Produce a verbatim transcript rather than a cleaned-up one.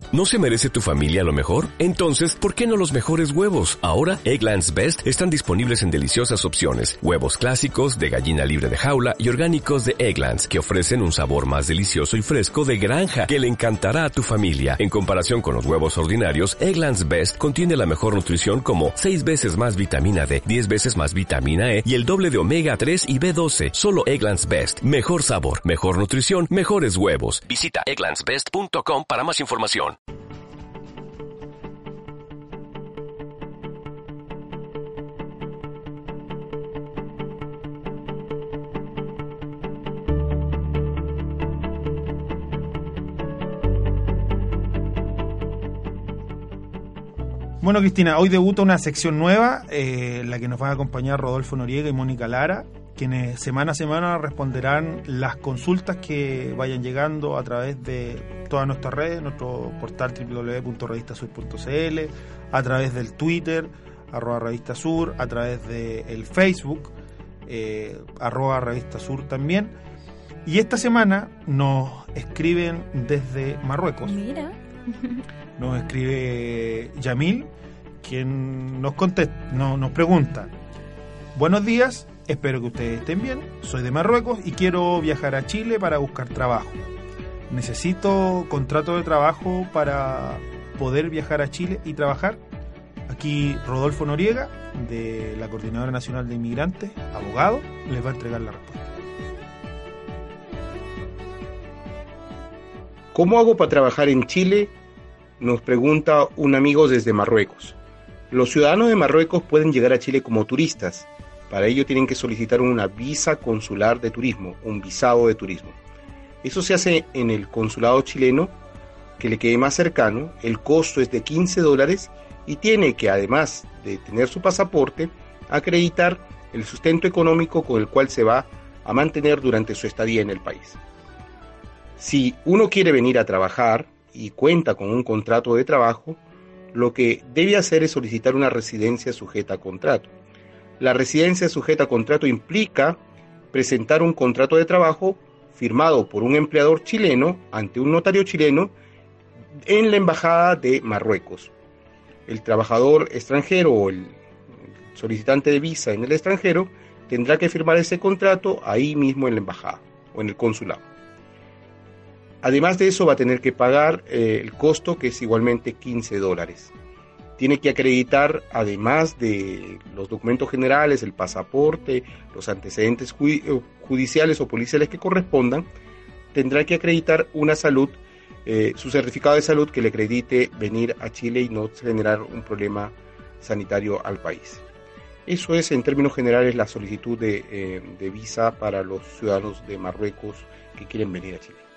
¿No se merece tu familia lo mejor? Entonces, ¿por qué no los mejores huevos? Ahora, Eggland's Best están disponibles en deliciosas opciones. Huevos clásicos, de gallina libre de jaula y orgánicos de Eggland's, que ofrecen un sabor más delicioso y fresco de granja, que le encantará a tu familia. En comparación con los huevos ordinarios, Eggland's Best contiene la mejor nutrición como seis veces más vitamina D, diez veces más vitamina E y el doble de omega tres y B doce. Solo Eggland's Best. Mejor sabor, mejor nutrición, mejores huevos. Visita egglands best punto com para más información. Bueno, Cristina, hoy debuta una sección nueva, eh, en la que nos van a acompañar Rodolfo Noriega y Mónica Lara, quienes semana a semana responderán las consultas que vayan llegando a través de todas nuestras redes, nuestro portal doble u doble u doble u punto revista sur punto c l, a través del Twitter, arroba Revista Sur, a través del Facebook, eh, arroba Revista Sur también. Y esta semana nos escriben desde Marruecos. Mira. Nos escribe Yamil, quien nos contesta, no, nos pregunta: buenos días, espero que ustedes estén bien, soy de Marruecos y quiero viajar a Chile para buscar trabajo. Necesito contrato de trabajo para poder viajar a Chile y trabajar. Aquí Rodolfo Noriega, de la Coordinadora Nacional de Inmigrantes, abogado, les va a entregar la respuesta. ¿Cómo hago para trabajar en Chile?, nos pregunta un amigo desde Marruecos. Los ciudadanos de Marruecos pueden llegar a Chile como turistas. Para ello tienen que solicitar una visa consular de turismo, un visado de turismo. Eso se hace en el consulado chileno que le quede más cercano. El costo es de quince dólares y tiene que, además de tener su pasaporte, acreditar el sustento económico con el cual se va a mantener durante su estadía en el país. Si uno quiere venir a trabajar y cuenta con un contrato de trabajo, lo que debe hacer es solicitar una residencia sujeta a contrato. La residencia sujeta a contrato implica presentar un contrato de trabajo firmado por un empleador chileno ante un notario chileno en la embajada de Marruecos. El trabajador extranjero o el solicitante de visa en el extranjero tendrá que firmar ese contrato ahí mismo en la embajada o en el consulado. Además de eso va a tener que pagar eh, el costo, que es igualmente quince dólares. Tiene que acreditar, además de los documentos generales, el pasaporte, los antecedentes judiciales o policiales que correspondan, tendrá que acreditar una salud, eh, su certificado de salud que le acredite venir a Chile y no generar un problema sanitario al país. Eso es, en términos generales, la solicitud de, eh, de visa para los ciudadanos de Marruecos que quieren venir a Chile.